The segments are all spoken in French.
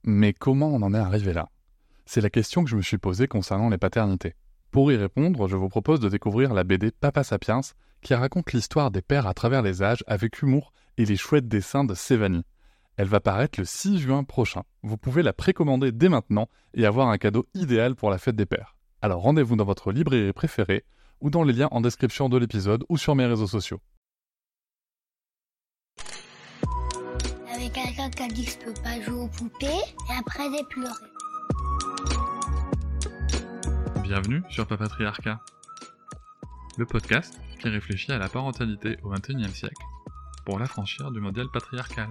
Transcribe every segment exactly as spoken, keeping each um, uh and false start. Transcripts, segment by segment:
Mais comment on en est arrivé là? C'est la question que je me suis posée concernant les paternités. Pour y répondre, je vous propose de découvrir la B D Papa Sapiens, qui raconte l'histoire des pères à travers les âges avec humour et les chouettes dessins de Sévanie. Elle va paraître le six juin prochain. Vous pouvez la précommander dès maintenant et avoir un cadeau idéal pour la fête des pères. Alors rendez-vous dans votre librairie préférée ou dans les liens en description de l'épisode ou sur mes réseaux sociaux. Avec quelqu'un qui a dit que je peux pas jouer aux poupées et après j'ai pleuré. Bienvenue sur Papatriarcat, le podcast qui réfléchit à la parentalité au vingt et unième siècle pour l'affranchir du modèle patriarcal.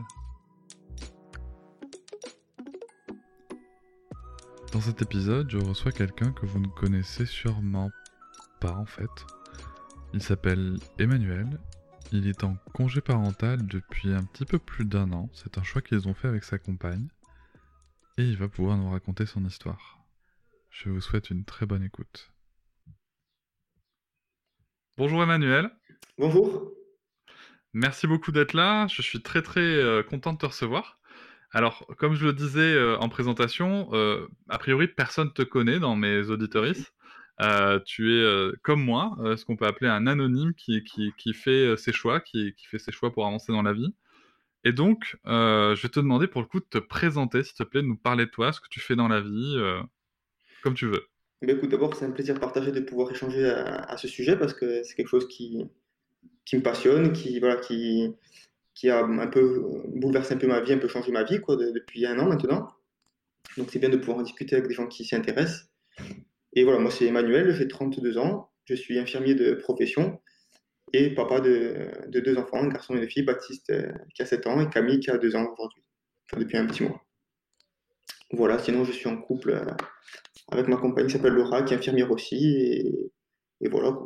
Dans cet épisode, je reçois quelqu'un que vous ne connaissez sûrement pas en fait. Il s'appelle Emmanuel, il est en congé parental depuis un petit peu plus d'un an, c'est un choix qu'ils ont fait avec sa compagne, et il va pouvoir nous raconter son histoire. Je vous souhaite une très bonne écoute. Bonjour Emmanuel. Bonjour. Merci beaucoup d'être là, je suis très très euh, content de te recevoir. Alors, comme je le disais euh, en présentation, euh, a priori personne te connaît dans mes auditoristes. Euh, tu es euh, comme moi, euh, ce qu'on peut appeler un anonyme qui, qui, qui fait euh, ses choix, qui, qui fait ses choix pour avancer dans la vie. Et donc, euh, je vais te demander pour le coup de te présenter, s'il te plaît, de nous parler de toi, ce que tu fais dans la vie, euh, comme tu veux. Eh bien, écoute, d'abord, c'est un plaisir partagé de pouvoir échanger à, à ce sujet parce que c'est quelque chose qui, qui me passionne, qui, voilà, qui, qui a un peu bouleversé un peu ma vie, un peu changé ma vie quoi, de- depuis un an maintenant. Donc, c'est bien de pouvoir en discuter avec des gens qui s'y intéressent. Et voilà, moi, c'est Emmanuel, j'ai trente-deux ans, je suis infirmier de profession et papa de, de deux enfants, un garçon et une fille, Baptiste euh, qui a sept ans et Camille qui a deux ans aujourd'hui, enfin depuis un petit mois. Voilà, sinon, je suis en couple euh, avec ma compagne qui s'appelle Laura, qui est infirmière aussi, et, et voilà quoi.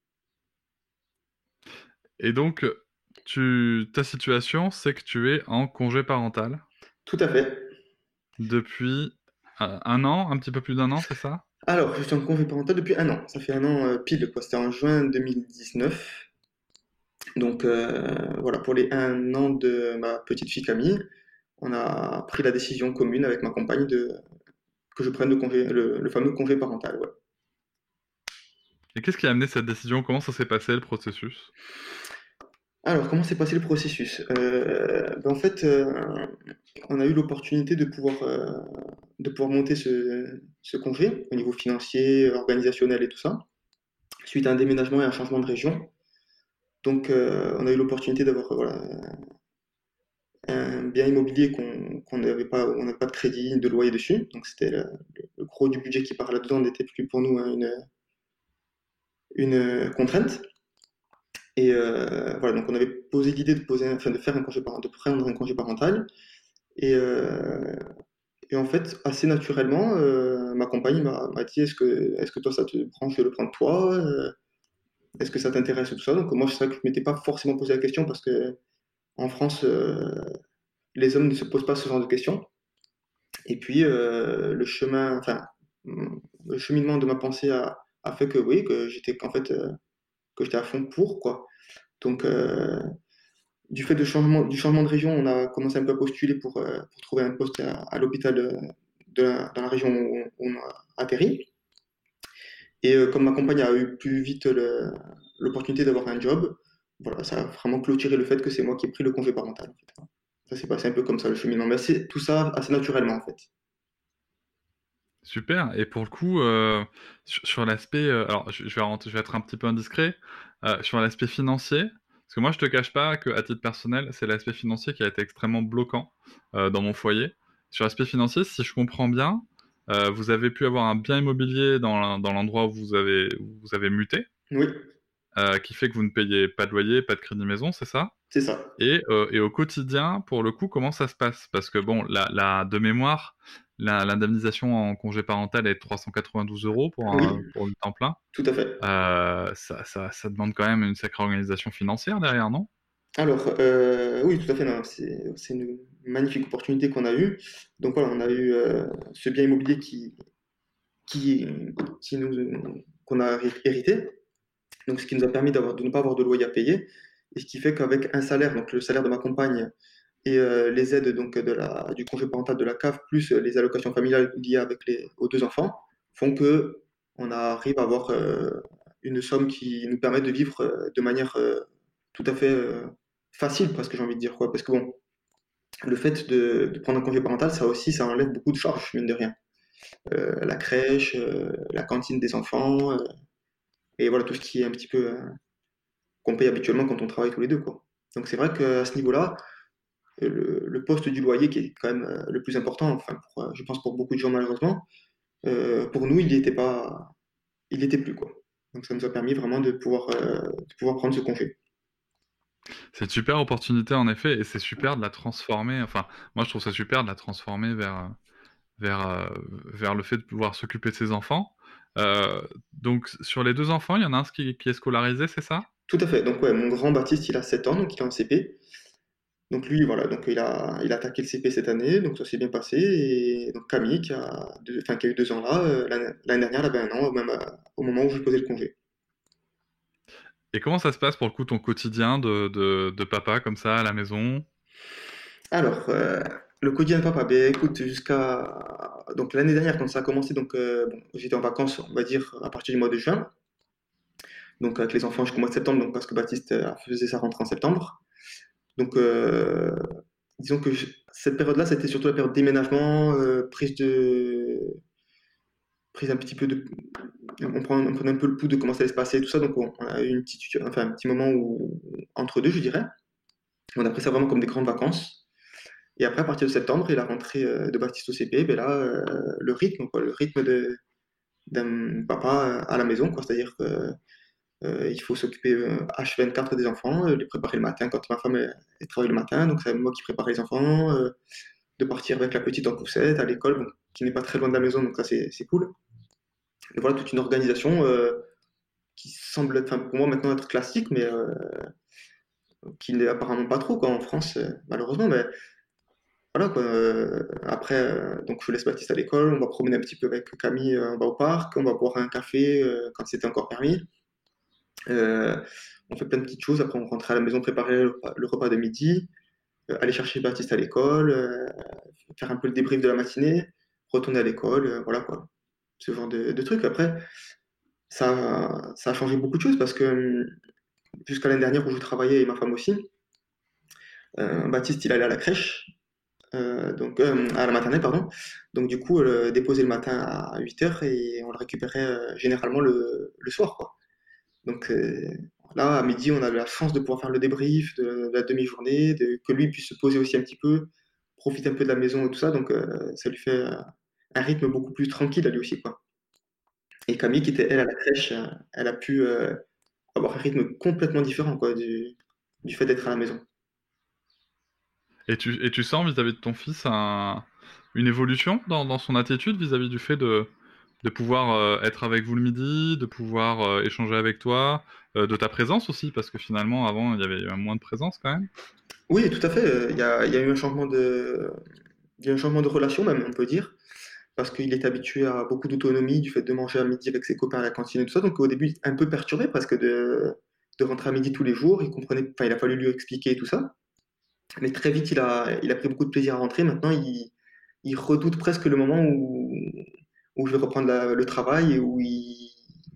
Et donc, tu, ta situation, c'est que tu es en congé parental Tout à fait. depuis euh, un an, un petit peu plus d'un an, c'est ça? Alors, je suis en congé parental depuis un an. Ça fait un an euh, pile, quoi. C'était en juin deux mille dix-neuf. Donc euh, voilà, pour les un an de ma petite fille Camille, on a pris la décision commune avec ma compagne de que je prenne le congé, le, le fameux congé parental. Ouais. Et qu'est-ce qui a amené cette décision? Comment ça s'est passé le processus? Alors, comment s'est passé le processus? Euh, ben, en fait, euh, on a eu l'opportunité de pouvoir, euh, de pouvoir monter ce, ce congé au niveau financier, organisationnel et tout ça, suite à un déménagement et un changement de région. Donc, euh, on a eu l'opportunité d'avoir euh, voilà, un bien immobilier qu'on qu'on n'avait pas, on n'avait pas de crédit, de loyer dessus. Donc, c'était le, le gros du budget qui part là-dedans n'était plus pour nous hein, une, une contrainte. Et euh, voilà, donc on avait posé l'idée de poser, enfin, de faire un congé parental, de prendre un congé parental. Et, euh, et en fait, assez naturellement, euh, ma compagne m'a m'a dit, est-ce que, est-ce que toi, ça te branche de le prendre toi? Euh, Est-ce que ça t'intéresse tout ça? Donc moi, c'est vrai que je ne m'étais pas forcément posé la question parce que en France, euh, les hommes ne se posent pas ce genre de questions. Et puis, euh, le chemin, enfin, le cheminement de ma pensée a, a fait que oui, que j'étais en fait, euh, que j'étais à fond pour, quoi. Donc, euh, du fait de changement, du changement de région, on a commencé un peu à postuler pour, euh, pour trouver un poste à, à l'hôpital euh, de la- dans la région où, où on a atterri. Et euh, comme ma compagne a eu plus vite le- l'opportunité d'avoir un job, voilà, ça a vraiment clôturé le fait que c'est moi qui ai pris le congé parental. En fait. Ça s'est passé un peu comme ça le cheminement, mais c'est tout ça assez naturellement en fait. Super. Et pour le coup, euh, sur, sur l'aspect, euh, alors je, je vais rentrer- je vais être un petit peu indiscret, euh, sur l'aspect financier, parce que moi je te cache pas que à titre personnel, c'est l'aspect financier qui a été extrêmement bloquant euh, dans mon foyer. Sur l'aspect financier, si je comprends bien, euh, vous avez pu avoir un bien immobilier dans, l'en- dans l'endroit où vous avez, où vous avez muté, Oui, euh, qui fait que vous ne payez pas de loyer, pas de crédit maison, c'est ça? c'est ça. Et, euh, et au quotidien, pour le coup, comment ça se passe? Parce que bon, la, la, de mémoire, la- l'indemnisation en congé parental est de trois cent quatre-vingt-douze euros pour, Oui, un, pour le temps plein. tout à fait. Euh, ça, ça, ça demande quand même une sacrée organisation financière derrière, non? Alors, euh, oui, tout à fait. Non, c'est c'est une magnifique opportunité qu'on a eue. Donc voilà, on a eu euh, ce bien immobilier qui, qui, qui nous, qu'on a hérité. Donc, ce qui nous a permis d'avoir, de ne pas avoir de loyer à payer. Et ce qui fait qu'avec un salaire, donc le salaire de ma compagne et euh, les aides donc de la, du congé parental de la C A F plus les allocations familiales liées avec les, aux deux enfants font que on arrive à avoir euh, une somme qui nous permet de vivre euh, de manière euh, tout à fait euh, facile, presque j'ai envie de dire quoi. Parce que bon, le fait de, de prendre un congé parental, ça aussi, ça enlève beaucoup de charges, mine de rien. Euh, la crèche, euh, la cantine des enfants, euh, et voilà tout ce qui est un petit peu euh, qu'on paye habituellement quand on travaille tous les deux, quoi. Donc c'est vrai qu'à ce niveau-là, euh, le, le poste du loyer qui est quand même euh, le plus important, enfin pour, euh, je pense pour beaucoup de gens malheureusement, euh, pour nous il n'y était pas, il était plus quoi. Donc ça nous a permis vraiment de pouvoir, euh, de pouvoir prendre ce congé. C'est une super opportunité en effet, et c'est super de la transformer. Enfin, moi je trouve ça super de la transformer vers, euh, vers, euh, vers le fait de pouvoir s'occuper de ses enfants. Euh, donc sur les deux enfants, il y en a un qui, qui est scolarisé, c'est ça? Tout à fait. Donc ouais, mon grand Baptiste il a sept ans, donc il est en C P. Donc lui, voilà, donc il a, il a attaqué le C P cette année, donc ça s'est bien passé. Et donc Camille, qui a, deux- enfin, qui a eu deux ans là, euh, l'année l'année dernière, elle avait un an, même euh, au moment où je lui posais le congé. Et comment ça se passe pour le coup ton quotidien de, de, de papa comme ça à la maison? Alors, euh, le quotidien de papa, ben écoute, jusqu'à donc l'année dernière, quand ça a commencé, donc euh, bon, j'étais en vacances, on va dire, à partir du mois de juin, donc avec les enfants jusqu'au mois de septembre, donc parce que Baptiste euh, faisait sa rentrée en septembre. Donc, euh, disons que je- cette période-là, c'était surtout la période déménagement, euh, prise de, prise un petit peu de, on prend, on prenait un peu le pouls de comment ça allait se passer, tout ça. Donc, on, on a eu une petite, enfin, un petit moment où, entre deux, je dirais. On a pris ça vraiment comme des grandes vacances. Et après, à partir de septembre et la rentrée euh, de Baptiste au C P, ben là, euh, le rythme, quoi, le rythme de, d'un papa à la maison, quoi. C'est-à-dire que euh, il faut s'occuper euh, H vingt-quatre des enfants, euh, les préparer le matin quand ma femme elle, elle travaille le matin, donc c'est moi qui prépare les enfants, euh, de partir avec la petite en poussette à l'école, bon, qui n'est pas très loin de la maison, donc ça c'est c'est cool. Et voilà toute une organisation euh, qui semble être, enfin, pour moi maintenant être classique, mais euh, qui n'est apparemment pas trop quoi, en France, euh, malheureusement. Mais voilà quoi. Euh, après, euh, donc je laisse Baptiste à l'école, on va promener un petit peu avec Camille, euh, on va au parc, on va boire un café euh, quand c'était encore permis. Euh, on fait plein de petites choses. Après, on rentre à la maison préparer le repas, le repas de midi, euh, aller chercher Baptiste à l'école, euh, faire un peu le débrief de la matinée, retourner à l'école, euh, voilà quoi. Ce genre de, de trucs. Après, ça, ça a changé beaucoup de choses parce que hum, jusqu'à l'année dernière où je travaillais et ma femme aussi, euh, Baptiste il allait à la crèche. Euh, donc euh, à la maternelle pardon, donc du coup euh, déposer le matin à huit heures et on le récupérait euh, généralement le, le soir quoi. Donc euh, là, à midi, on a la chance de pouvoir faire le débrief de, de la demi-journée, de- que lui puisse se poser aussi un petit peu, profiter un peu de la maison et tout ça. Donc euh, ça lui fait euh, un rythme beaucoup plus tranquille à lui aussi, quoi. Et Camille, qui était elle à la crèche, euh, elle a pu euh, avoir un rythme complètement différent, quoi, du, du fait d'être à la maison. Et tu, et tu sens vis-à-vis de ton fils un- une évolution dans, dans son attitude vis-à-vis du fait de, de pouvoir euh, être avec vous le midi, de pouvoir euh, échanger avec toi, euh, de ta présence aussi, parce que finalement, avant, il y avait eu un moins de présence quand même. Oui, tout à fait. euh, Il y a, il y a eu un changement de, il y a eu un changement de relation, même, on peut dire. Parce qu'il est habitué à beaucoup d'autonomie du fait de manger à midi avec ses copains à la cantine et tout ça. Donc au début, il était un peu perturbé parce que de, de rentrer à midi tous les jours, il comprenait, enfin, il a fallu lui expliquer tout ça. Mais très vite, il a, il a pris beaucoup de plaisir à rentrer. Maintenant, il, il redoute presque le moment où, où je vais reprendre la- le travail et où, il,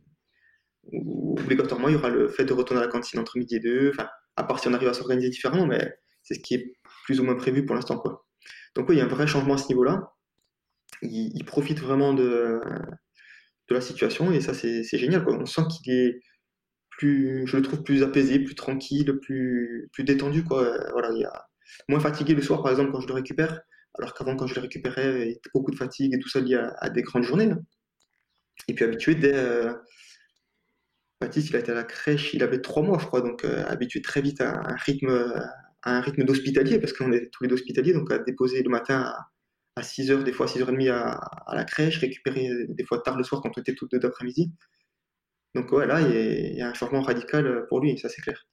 où obligatoirement il y aura le fait de retourner à la cantine entre midi et deux. Enfin, à part si on arrive à s'organiser différemment, mais c'est ce qui est plus ou moins prévu pour l'instant, quoi. Donc oui, il y a un vrai changement à ce niveau-là. Il, il profite vraiment de, de la situation et ça c'est c'est génial quoi. On sent qu'il est plus, je le trouve plus apaisé, plus tranquille, plus, plus détendu quoi. Euh, Voilà, il y a moins fatigué le soir par exemple quand je le récupère, alors qu'avant quand je le récupérais, il y avait beaucoup de fatigue et tout ça lié à, à des grandes journées là. Et puis habitué dès euh, Baptiste, il a été à la crèche, il avait trois mois je crois, donc euh, habitué très vite à un rythme, à un rythme d'hospitalier parce qu'on est tous les deux hospitaliers, donc à déposer le matin à, à six heures, des fois six heures trente à, à la crèche, récupérer des fois tard le soir quand on était tous deux d'après-midi. Donc ouais, là, il y, a, il y a un changement radical pour lui, ça c'est clair.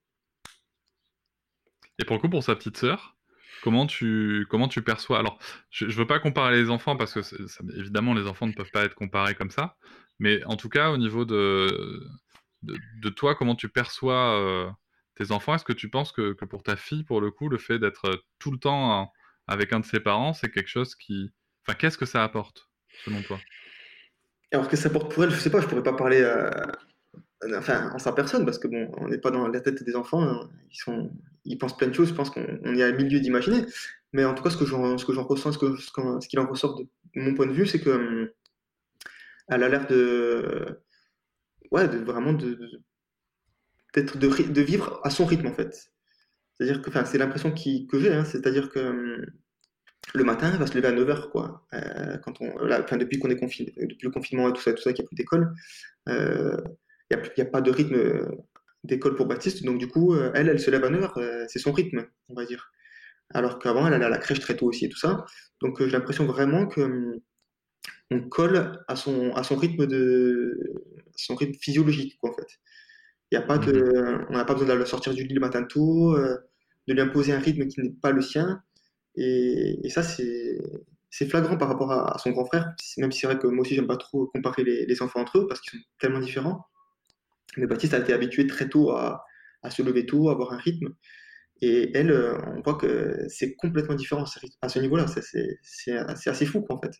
Et pour le coup, pour sa petite sœur, comment tu, comment tu perçois... Alors, je, je veux pas comparer les enfants parce que c'est- ça- évidemment, les enfants ne peuvent pas être comparés comme ça. Mais en tout cas, au niveau de, de, de toi, comment tu perçois euh, tes enfants, est-ce que tu penses que, que pour ta fille, pour le coup, le fait d'être euh, tout le temps euh, avec un de ses parents, c'est quelque chose qui... Enfin, qu'est-ce que ça apporte, selon toi? Alors que ça porte pour elle, je sais pas, je pourrais pas parler euh, enfin, en sa personne, parce que bon, on n'est pas dans la tête des enfants, hein. Ils sont, ils pensent plein de choses, je pense qu'on on est à milieu d'imaginer. Mais en tout cas, ce que j'en, ce que j'en ressens, ce que, ce qu'en- ce qu'il en ressort de mon point de vue, c'est que hum, elle a l'air de, ouais, de vraiment de, de- d'être de, ry- de vivre à son rythme en fait. C'est-à-dire que, enfin, c'est l'impression qui, que j'ai, hein, c'est-à-dire que hum, le matin, elle va se lever à neuf heures, quoi. Euh, quand on, là, enfin, depuis qu'on est confiné, depuis le confinement et tout ça, tout ça, qu'il n'y a plus d'école, euh, il n'y a, plus- il y a pas de rythme euh, d'école pour Baptiste, donc du coup, euh, elle, elle se lève à neuf heures, euh, c'est son rythme, on va dire. Alors qu'avant, elle allait à la crèche très tôt aussi et tout ça. Donc euh, j'ai l'impression vraiment que hum, on colle à son, à son rythme de, son rythme physiologique, quoi, en fait. Il y a pas Mhm. de, on n'a pas besoin de la sortir du lit le matin tôt, euh, de lui imposer un rythme qui n'est pas le sien. Et, et ça, c'est, c'est flagrant par rapport à, à son grand frère, même si c'est vrai que moi aussi, j'aime pas trop comparer les, les enfants entre eux parce qu'ils sont tellement différents. Mais Baptiste a été habitué très tôt à, à se lever tôt, à avoir un rythme. Et elle, euh, on voit que c'est complètement différent à ce niveau-là. C'est c'est- c'est- c'est assez fou, quoi, en fait.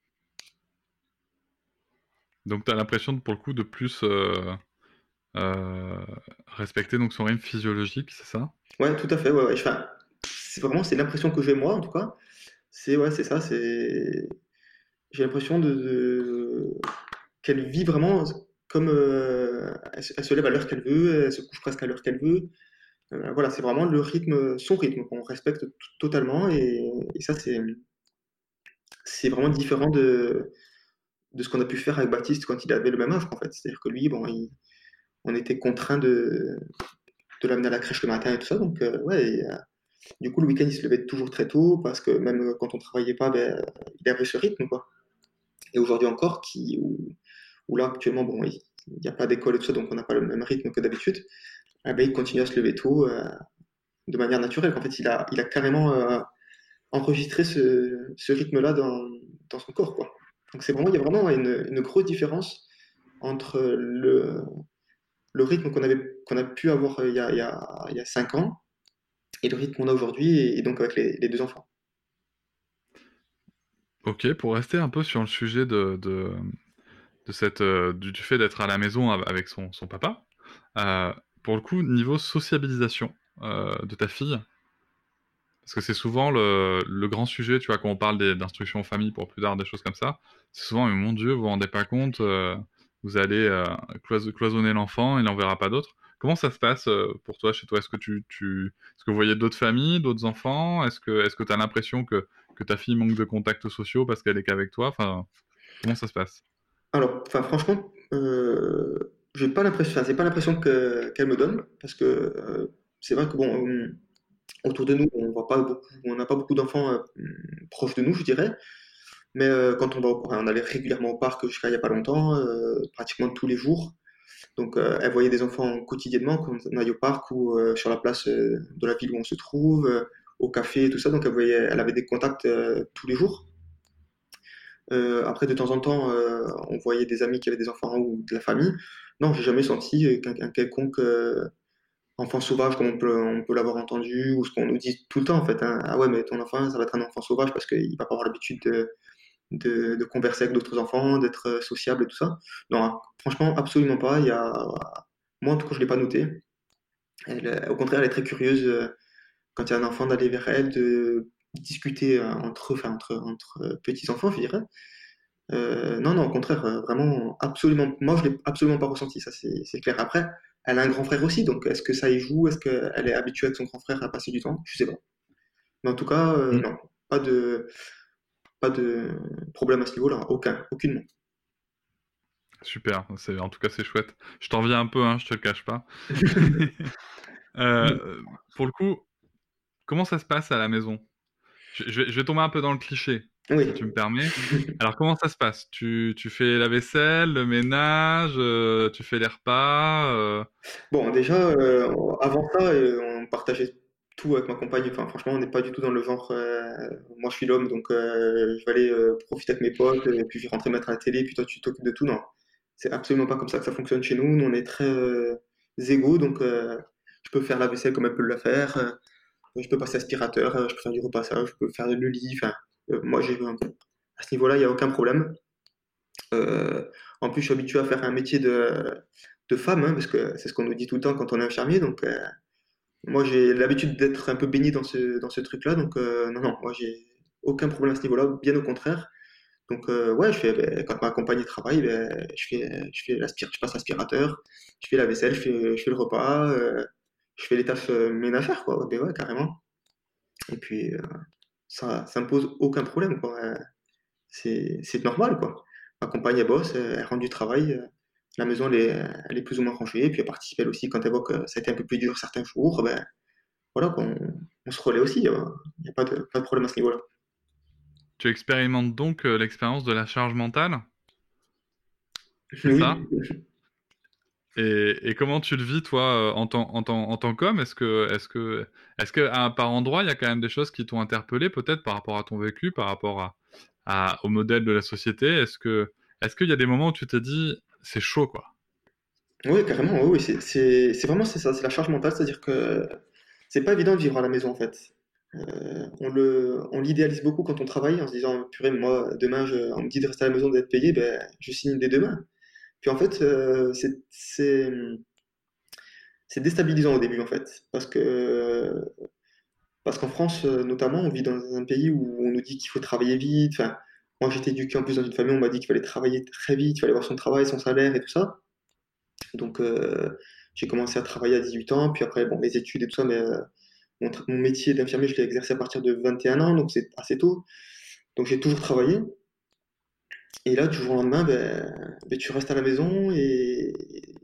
Donc, tu as l'impression, de- pour le coup, de plus euh, euh, respecter donc, son rythme physiologique, c'est ça? Ouais, tout à fait. Ouais, ouais. Enfin, c'est vraiment, c'est l'impression que j'ai moi, en tout cas. C'est ouais, c'est ça. C'est, j'ai l'impression de, de- qu'elle vit vraiment comme euh, elle, se elle se lève à l'heure qu'elle veut, elle se couche presque à l'heure qu'elle veut. Euh, voilà, c'est vraiment le rythme, son rythme qu'on respecte t- totalement. Et, et ça, c'est c'est vraiment différent de de ce qu'on a pu faire avec Baptiste quand il avait le même âge, en fait. C'est-à-dire que lui, bon, il- on était contraint de, de l'amener à la crèche le matin et tout ça. Donc, euh, ouais, et, euh, du coup, le week-end, il se levait toujours très tôt parce que même euh, quand on travaillait pas, ben, euh, il avait ce rythme, quoi. Et aujourd'hui encore, qui, où, où là, actuellement, bon, il n'y a pas d'école et tout ça, donc on n'a pas le même rythme que d'habitude, eh ben, il continue à se lever tôt euh, de manière naturelle. En fait, il a, il a carrément euh, enregistré ce, ce rythme-là dans, dans son corps, quoi. Donc, c'est vraiment, il y a vraiment une, une grosse différence entre le, le rythme qu'on avait, qu'on a pu avoir euh, il y a, il y a, il y a cinq ans et le rythme qu'on a aujourd'hui, et, et donc avec les, les deux enfants. Ok, pour rester un peu sur le sujet de, de, de cette, euh, du, du fait d'être à la maison av- avec son, son papa, euh, pour le coup, niveau sociabilisation euh, de ta fille, parce que c'est souvent le, le grand sujet, tu vois, quand on parle des- d'instruction en famille pour plus tard, des choses comme ça, c'est souvent, mais mon Dieu, vous vous rendez pas compte, euh, vous allez euh, clois- cloisonner l'enfant, il n'en verra pas d'autres. Comment ça se passe euh, pour toi, chez toi? Est-ce que tu, tu... Est-ce que vous voyez d'autres familles, d'autres enfants? Est-ce que est-ce que tu as l'impression que, que ta fille manque de contacts sociaux parce qu'elle est qu'avec toi? Enfin, comment ça se passe? Alors, enfin, franchement, euh, j'ai pas l'impression, enfin, c'est pas l'impression que, qu'elle me donne, parce que euh, c'est vrai que bon, euh, autour de nous, on voit pas beaucoup, on n'a pas beaucoup d'enfants euh, proches de nous, je dirais. Mais euh, quand on va, au- enfin, on allait régulièrement au parc jusqu'à il y a pas longtemps, euh, pratiquement tous les jours. Donc, euh, elle voyait des enfants quotidiennement quand on allait au parc ou euh, sur la place euh, de la ville où on se trouve, euh, au café, tout ça. Donc, elle voyait, elle avait des contacts euh, tous les jours. Euh, après, de temps en temps, euh, on voyait des amis qui avaient des enfants ou de la famille. Non, j'ai jamais senti euh, qu'un qu'un quelconque euh, enfant sauvage comme on peut, on peut l'avoir entendu ou ce qu'on nous dit tout le temps en fait, hein. Ah ouais, mais ton enfant, ça va être un enfant sauvage parce qu'il va pas avoir l'habitude de, de, de converser avec d'autres enfants, d'être euh, sociable et tout ça. Non, franchement, absolument pas. Il y a, moi, en tout cas, je l'ai pas noté. Elle, euh, au contraire, elle est très curieuse euh, quand il y a un enfant d'aller vers elle, de discuter euh, entre, enfin, entre, entre euh, petits enfants, je dirais. Euh, non, non, au contraire, euh, vraiment, absolument, moi je l'ai absolument pas ressenti, ça c'est c'est clair. Après, elle a un grand frère aussi, donc est-ce que ça y joue? Est-ce qu'elle est habituée avec son grand frère à passer du temps? Je sais pas. Mais en tout cas, euh, Hmm. non, pas de, pas de problème à ce niveau-là, aucun, aucunement. Super, c'est, en tout cas c'est chouette. Je t'en reviens un peu, hein, je te le cache pas. Euh, pour le coup, comment ça se passe à la maison? Je, je vais, je vais tomber un peu dans le cliché, Oui. si tu me permets. Alors, comment ça se passe? Tu, tu fais la vaisselle, le ménage, euh, tu fais les repas, euh, Bon, déjà, euh, avant ça, euh, on partageait tout avec ma compagne. Enfin, franchement, on n'est pas du tout dans le genre. Euh, moi, je suis l'homme, donc euh, je vais aller euh, profiter avec mes potes, et puis je vais rentrer mettre à la télé, puis toi, tu t'occupes de tout. Non, c'est absolument pas comme ça que ça fonctionne chez nous. Nous, on est très euh, égaux, donc euh, je peux faire la vaisselle comme elle peut le faire, euh, je peux passer aspirateur, euh, je peux faire du repassage, je peux faire le lit. Enfin, euh, moi, j'ai un- à ce niveau-là, il n'y a aucun problème. Euh, En plus, je suis habitué à faire un métier de, de femme, hein, parce que c'est ce qu'on nous dit tout le temps quand on est infirmier. Donc, euh, moi, j'ai l'habitude d'être un peu baigné dans ce, dans ce truc-là. Donc, euh, non, non, moi, j'ai aucun problème à ce niveau-là, bien au contraire. Donc, euh, ouais, je fais, ben, quand ma compagne travaille, ben, je fais, je fais l'aspire, je passe l'aspirateur, je fais la vaisselle, je fais, je fais le repas, euh, je fais les tâches euh, ménagères, quoi. Ben ouais, carrément. Et puis, euh, ça, ça me pose aucun problème, quoi. Euh, C'est, c'est normal, quoi. Ma compagne, elle bosse, euh, elle rentre du travail, euh, la maison, elle est, elle est plus ou moins rangée, et puis elle participe elle aussi quand elle voit que ça a été un peu plus dur certains jours, ben, voilà, quoi, on, on se relaie aussi, il n'y a pas de, pas de problème à ce niveau-là. Tu expérimentes donc euh, l'expérience de la charge mentale, c'est ça? Oui, Et, et comment tu le vis, toi, euh, en tant, en tant, en tant qu'homme? Est-ce que, est-ce que, est-ce que, à, par endroit, il y a quand même des choses qui t'ont interpellé, peut-être par rapport à ton vécu, par rapport à, à- au modèle de la société? Est-ce que, est-ce qu'il y a des moments où tu t'es dit, c'est chaud, quoi? oui, carrément, oui, oui, c'est c'est- c'est vraiment c'est ça, c'est la charge mentale, c'est-à-dire que c'est pas évident de vivre à la maison en fait. Euh, on le, on l'idéalise beaucoup quand on travaille en se disant, purée, moi, demain, je- on me dit de rester à la maison, d'être payé, ben, je signe dès demain. Puis en fait, euh, c'est c'est- c'est déstabilisant au début en fait, parce que parce qu'en France, euh, notamment, on vit dans un pays où on nous dit qu'il faut travailler vite. Enfin, moi, j'étais éduqué en plus dans une famille, on m'a dit qu'il fallait travailler très vite, il fallait avoir son travail, son salaire et tout ça. Donc, euh, j'ai commencé à travailler à dix-huit ans, puis après, bon, les études et tout ça, mais euh, mon, tra- mon métier d'infirmier, je l'ai exercé à partir de vingt et un ans, donc c'est assez tôt. Donc, j'ai toujours travaillé. Et là, du jour au lendemain, ben, ben, tu restes à la maison et,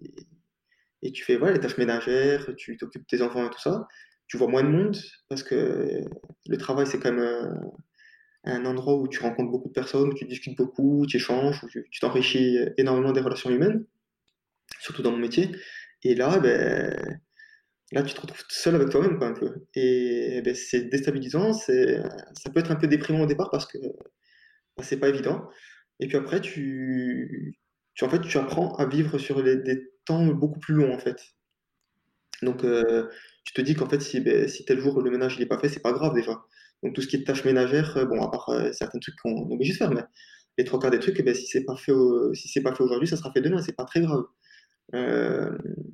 et tu fais voilà, les tâches ménagères, tu t'occupes de tes enfants et tout ça. Tu vois moins de monde parce que le travail, c'est quand même un, un endroit où tu rencontres beaucoup de personnes, où tu discutes beaucoup, tu échanges, où tu tu t'enrichis énormément des relations humaines, surtout dans mon métier. Et là, ben, là, tu te retrouves seul avec toi-même, quoi, un peu. Et ben, c'est déstabilisant, c'est, ça peut être un peu déprimant au départ parce que ben, c'est pas évident. Et puis après, tu, tu, en fait, tu apprends à vivre sur les- des temps beaucoup plus longs, en fait. Donc, euh, tu te dis qu'en fait, si, ben, si tel jour le ménage il est pas fait, c'est pas grave déjà. Donc, tout ce qui est tâches ménagères, euh, bon, à part euh, certains trucs qu'on est obligé de faire, mais les trois quarts des trucs, eh ben, si c'est pas fait, au- si c'est pas fait aujourd'hui, ça sera fait demain, c'est pas très grave. Euh,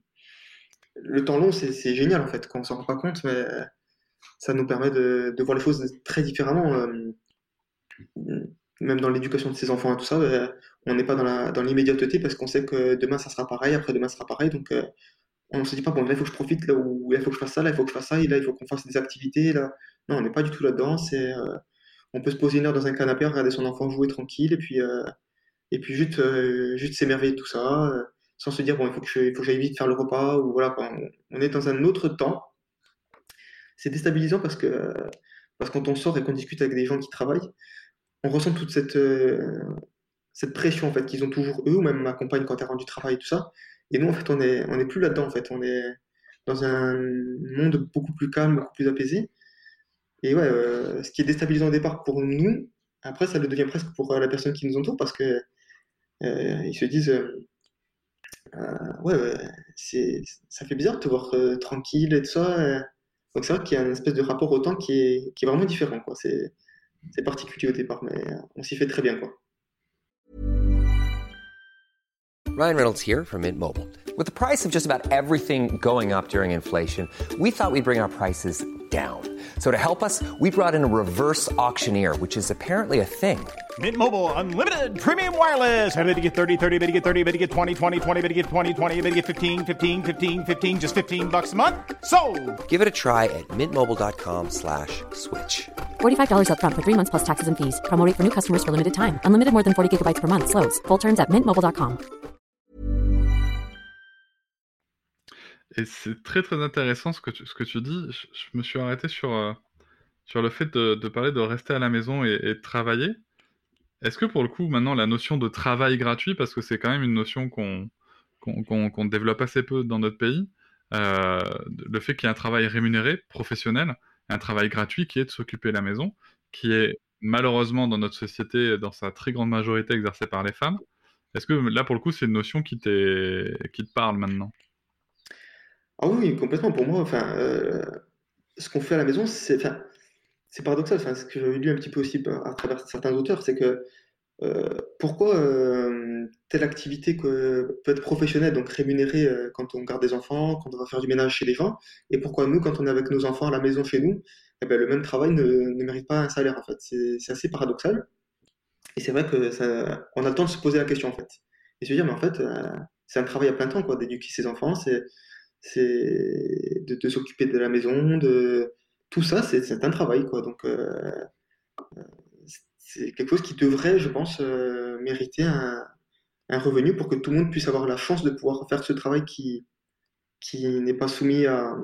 le temps long, c'est c'est génial en fait, quand on s'en rend pas compte, mais ça nous permet de, de voir les choses très différemment. Euh, même dans l'éducation de ses enfants et tout ça, ben, on n'est pas dans la, dans l'immédiateté parce qu'on sait que demain ça sera pareil, après demain ça sera pareil, donc euh, on se dit pas, bon, là, il faut que je profite, là où là, il faut que je fasse ça, là, il faut que je fasse ça, et là, il faut qu'on fasse des activités, là. Non, on n'est pas du tout là-dedans. C'est, euh, on peut se poser une heure dans un canapé, regarder son enfant jouer tranquille, et puis, euh, et puis juste, euh, juste s'émerveiller de tout ça, euh, sans se dire, bon, il faut que je, il faut que j'aille vite faire le repas, ou voilà, quoi. On, on est dans un autre temps. C'est déstabilisant parce que, parce que quand on sort et qu'on discute avec des gens qui travaillent, on ressent toute cette, euh, cette pression, en fait, qu'ils ont toujours eux, ou même ma compagne quand elle rentre du travail et tout ça. Et nous, en fait, on est, on est plus là-dedans, en fait. On est dans un monde beaucoup plus calme, beaucoup plus apaisé. Et ouais, euh, ce qui est déstabilisant au départ pour nous, après, ça le devient presque pour euh, la personne qui nous entoure parce que euh, ils se disent, euh, ouais, ouais, c'est, ça fait bizarre de te voir euh, tranquille et tout ça. euh. Donc c'est vrai qu'il y a une espèce de rapport au temps qui est, qui est vraiment différent, quoi. C'est, c'est particulier au départ, mais euh, on s'y fait très bien, quoi. Ryan Reynolds here from Mint Mobile. With the price of just about everything going up during inflation, we thought we'd bring our prices down. So to help us, we brought in a reverse auctioneer, which is apparently a thing. Mint Mobile Unlimited Premium Wireless. Ready to get thirty, thirty, bit to get thirty, bit to get twenty, twenty, twenty, bit to get twenty, twenty, bit to get fifteen, fifteen, fifteen, fifteen, just fifteen bucks a month? Sold! Give it a try at mintmobile.com slash switch. forty-five dollars up front for three months plus taxes and fees. Promo rate for new customers for limited time. Unlimited more than forty gigabytes per month. Slows full terms at mint mobile dot com. Et c'est très très intéressant ce que tu, ce que tu dis. Je, je me suis arrêté sur, euh, sur le fait de, de parler de rester à la maison et, et de travailler. Est-ce que pour le coup, maintenant, la notion de travail gratuit, parce que c'est quand même une notion qu'on qu'on qu'on- qu'on développe assez peu dans notre pays, euh, le fait qu'il y ait un travail rémunéré, professionnel, un travail gratuit qui est de s'occuper de la maison, qui est malheureusement dans notre société, dans sa très grande majorité, exercé par les femmes. Est-ce que là, pour le coup, c'est une notion qui t'est, qui te parle maintenant? Ah oui, oui, complètement. Pour moi, enfin, euh, ce qu'on fait à la maison, c'est, enfin, c'est paradoxal. Enfin, ce que j'avais lu un petit peu aussi par- à travers certains auteurs, c'est que euh, pourquoi euh, telle activité que, peut être professionnelle, donc rémunérée euh, quand on garde des enfants, quand on va faire du ménage chez les gens, et pourquoi nous, quand on est avec nos enfants à la maison chez nous, eh ben, le même travail ne, ne mérite pas un salaire en fait. C'est c'est assez paradoxal. Et c'est vrai que ça, on a le temps de se poser la question en fait. Et se dire, mais en fait, euh, c'est un travail à plein temps, quoi, d'éduquer ses enfants, c'est c'est de, de s'occuper de la maison, de tout ça, c'est c'est un travail, quoi. Donc, euh, c'est quelque chose qui devrait, je pense, euh, mériter un, un revenu pour que tout le monde puisse avoir la chance de pouvoir faire ce travail qui, qui n'est pas soumis à,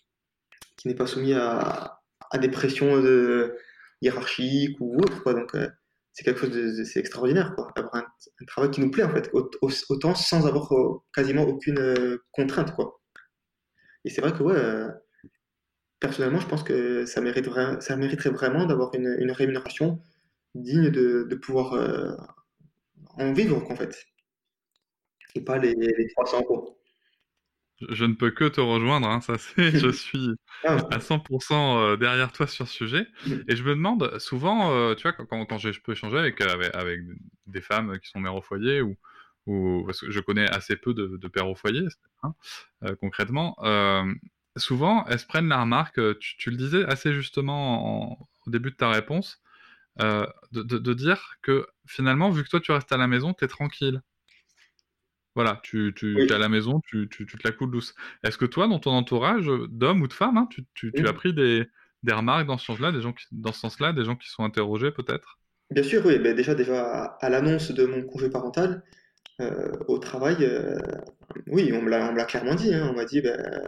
qui n'est pas soumis à, à des pressions de, hiérarchiques ou autres, quoi. Donc, euh, c'est quelque chose de, de- c'est extraordinaire, quoi. Avoir un, un travail qui nous plaît, en fait, au- au- autant sans avoir euh, quasiment aucune euh, contrainte, quoi. Et c'est vrai que, ouais, euh, personnellement, je pense que ça mérite vra- ça mériterait vraiment d'avoir une, une rémunération digne de, de pouvoir euh, en vivre, qu'en fait, et pas les, les trois cents euros. Je, je ne peux que te rejoindre, hein, ça c'est, je suis à Ah, cent pour cent euh, derrière toi sur ce sujet. Et je me demande souvent, euh, tu vois, quand, quand, quand j'ai- je peux échanger avec, avec, avec des femmes qui sont mères au foyer ou, ou parce que je connais assez peu de, de pères au foyer, hein, euh, concrètement, euh, souvent elles se prennent la remarque, euh, tu, tu le disais assez justement en- au début de ta réponse, euh, de, de, de dire que finalement, vu que toi tu restes à la maison, t'es tranquille. Voilà, tu, tu es à oui. la maison, tu, tu, tu te la coules douce. Est-ce que toi, dans ton entourage euh, d'hommes ou de femmes, hein, tu, tu, tu as Mm. pris des, des remarques dans ce sens-là, des gens qui, dans ce sens-là, des gens qui sont interrogés peut-être? Bien sûr, oui. Ben déjà, déjà à, à l'annonce de mon congé parental euh, au travail, euh, oui, on me l'a, on me l'a clairement dit, hein. On m'a dit, ben,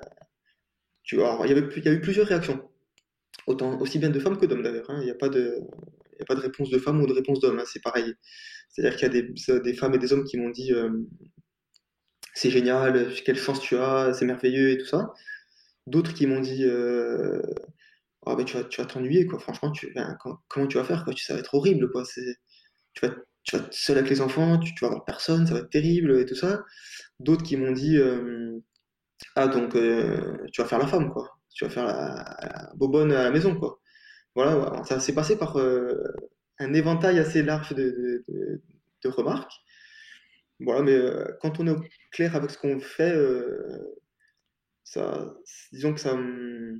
tu vois, alors, il y avait, il y a eu plusieurs réactions, autant aussi bien de femmes que d'hommes d'ailleurs, hein. Il n'y a pas de, il y a pas de réponse de femme ou de réponse d'homme, hein. C'est pareil. C'est-à-dire qu'il y a des, des femmes et des hommes qui m'ont dit, euh, c'est génial, quelle chance tu as, c'est merveilleux et tout ça. D'autres qui m'ont dit, euh, ah ben tu vas, tu vas t'ennuyer, quoi. Franchement, tu, ben, com- comment tu vas faire, quoi? Tu- Ça va être horrible, quoi. C'est, tu vas, tu vas être seul avec les enfants, tu, tu vas avoir personne, ça va être terrible et tout ça. D'autres qui m'ont dit, euh, ah donc euh, tu vas faire la femme, quoi. Tu vas faire la, la bobonne à la maison, quoi. Voilà, voilà. Ça s'est passé par euh, un éventail assez large de, de- de- de remarques. Voilà, mais euh, quand on est au clair avec ce qu'on fait, euh, ça, disons que ça, me-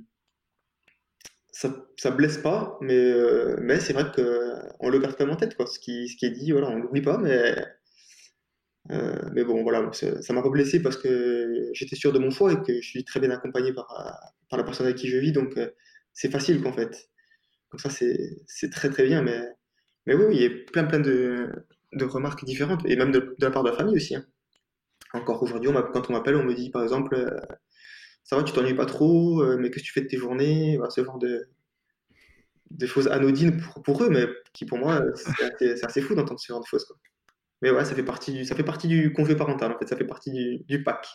ça, ça blesse pas, mais, euh, mais c'est vrai qu'on le garde quand même en tête, quoi. Ce qui, ce qui est dit, voilà, on l'oublie pas, mais, euh, mais bon, voilà, ça ça m'a pas blessé parce que j'étais sûr de mon choix et que je suis très bien accompagné par, euh, par la personne avec qui je vis, donc euh, c'est facile, qu'en fait. Donc ça, c'est, c'est très très bien, mais, mais oui, oui, il y a plein plein de, de remarques différentes, et même de, de la part de la famille aussi, hein. Encore aujourd'hui, on m'a- quand on m'appelle, on me dit par exemple, euh, ça va, tu t'ennuies pas trop, euh, mais qu'est-ce que tu fais de tes journées? Voilà, ce genre de, de choses anodines pour, pour eux, mais qui pour moi, c'est assez, c'est assez fou d'entendre ce genre de choses, quoi. Mais ouais, ça fait partie du, ça fait partie du congé parental, en fait, ça fait partie du, du pack.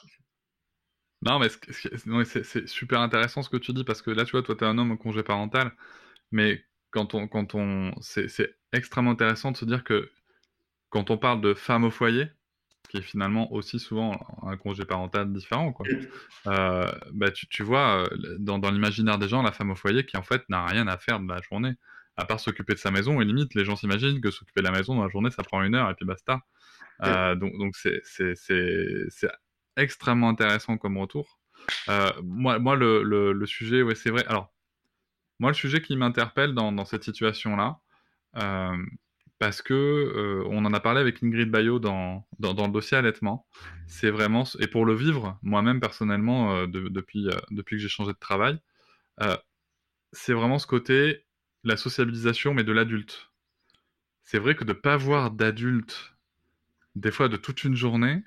Non, mais ce que- ce que- non, mais c'est c'est super intéressant ce que tu dis parce que là, tu vois, toi, t'es un homme au congé parental, mais quand on, quand on, c'est c'est extrêmement intéressant de se dire que quand on parle de femme au foyer, qui est finalement aussi souvent un congé parental différent, quoi. Euh, bah, tu, tu vois, euh, dans, dans l'imaginaire des gens, la femme au foyer qui en fait n'a rien à faire de la journée, à part s'occuper de sa maison, et limite, les gens s'imaginent que s'occuper de la maison dans la journée, ça prend une heure et puis basta. Ouais. Euh, donc donc c'est c'est- c'est- c'est extrêmement intéressant comme retour. Euh, moi, moi le, le, le sujet, ouais, c'est vrai. Alors, moi, le sujet qui m'interpelle dans, dans cette situation-là, euh, parce que euh, on en a parlé avec Ingrid Baillot dans, dans, dans le dossier allaitement. C'est vraiment, et pour le vivre, moi-même personnellement, euh, de- depuis, euh, depuis que j'ai changé de travail, euh, c'est vraiment ce côté, la sociabilisation, mais de l'adulte. C'est vrai que de pas voir d'adulte, des fois de toute une journée,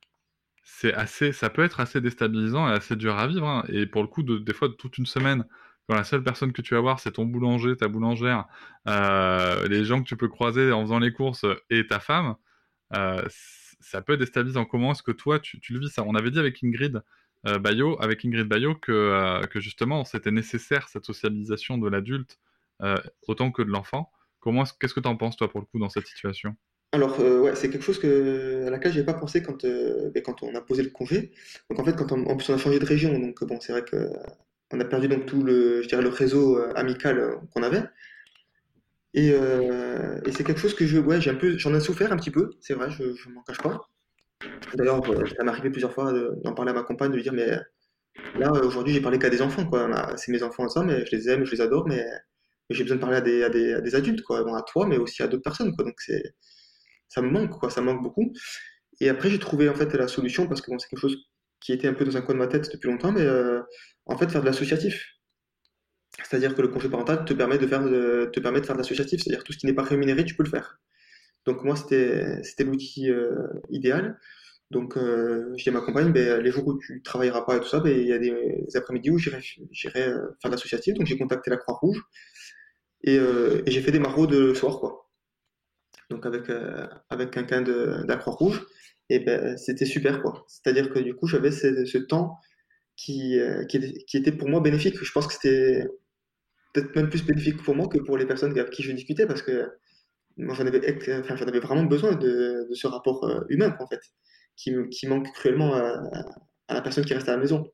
c'est assez, ça peut être assez déstabilisant et assez dur à vivre, hein. Et pour le coup, de, des fois de toute une semaine, quand la seule personne que tu vas voir, c'est ton boulanger, ta boulangère, euh, les gens que tu peux croiser en faisant les courses et ta femme, euh, c- ça peut être déstabilisant. Comment est-ce que toi, tu, tu le vis ça? On avait dit avec Ingrid euh, Baillot, avec Ingrid Baillot que, euh, que justement, c'était nécessaire cette sociabilisation de l'adulte euh, autant que de l'enfant. Comment est-ce- qu'est-ce que tu en penses toi pour le coup dans cette situation? Alors, euh, ouais, c'est quelque chose que, à laquelle j'avais pas pensé quand, euh, ben, quand on a posé le congé. Donc, en fait, quand on, en plus, on a changé de région, donc bon, c'est vrai que on a perdu donc tout le, je dirais, le réseau euh, amical euh, qu'on avait. Et, euh, et c'est quelque chose que je, ouais, j'ai un peu, j'en ai souffert un petit peu, c'est vrai, je, je m'en cache pas. D'ailleurs, euh, ça m'est arrivé plusieurs fois de- d'en parler à ma compagne, de lui dire, mais là, euh, aujourd'hui, j'ai parlé qu'à des enfants, quoi. Ma- C'est mes enfants, ça, mais je les aime, je les adore, mais, mais j'ai besoin de parler à des, à des, à des adultes, quoi. Bon, à toi, mais aussi à d'autres personnes, quoi. Donc, c'est, ça me manque, quoi, ça me manque beaucoup. Et après, j'ai trouvé, en fait, la solution, parce que bon, c'est quelque chose qui était un peu dans un coin de ma tête depuis longtemps, mais euh, en fait, faire de l'associatif. C'est-à-dire que le congé parental te permet de faire de, te permet de faire de l'associatif, c'est-à-dire tout ce qui n'est pas rémunéré, tu peux le faire. Donc moi, c'était, c'était l'outil euh, idéal. Donc, euh, je dis à ma compagne, ben, les jours où tu travailleras pas et tout ça, ben, il y a des, des après-midi où j'irai, j'irai euh, faire de l'associatif. Donc, j'ai contacté la Croix-Rouge et, euh, et j'ai fait des maraudes le soir, quoi. Donc, avec, euh, avec quelqu'un de, de la Croix-Rouge. Et ben, c'était super, quoi. C'est-à-dire que du coup, j'avais ce, ce temps qui, euh, qui, était, qui était pour moi bénéfique. Je pense que c'était peut-être même plus bénéfique pour moi que pour les personnes avec qui je discutais parce que moi, j'en avais, ex- enfin, j'en avais vraiment besoin de, de ce rapport euh, humain, quoi, en fait, qui, me- qui manque cruellement à, à la personne qui reste à la maison.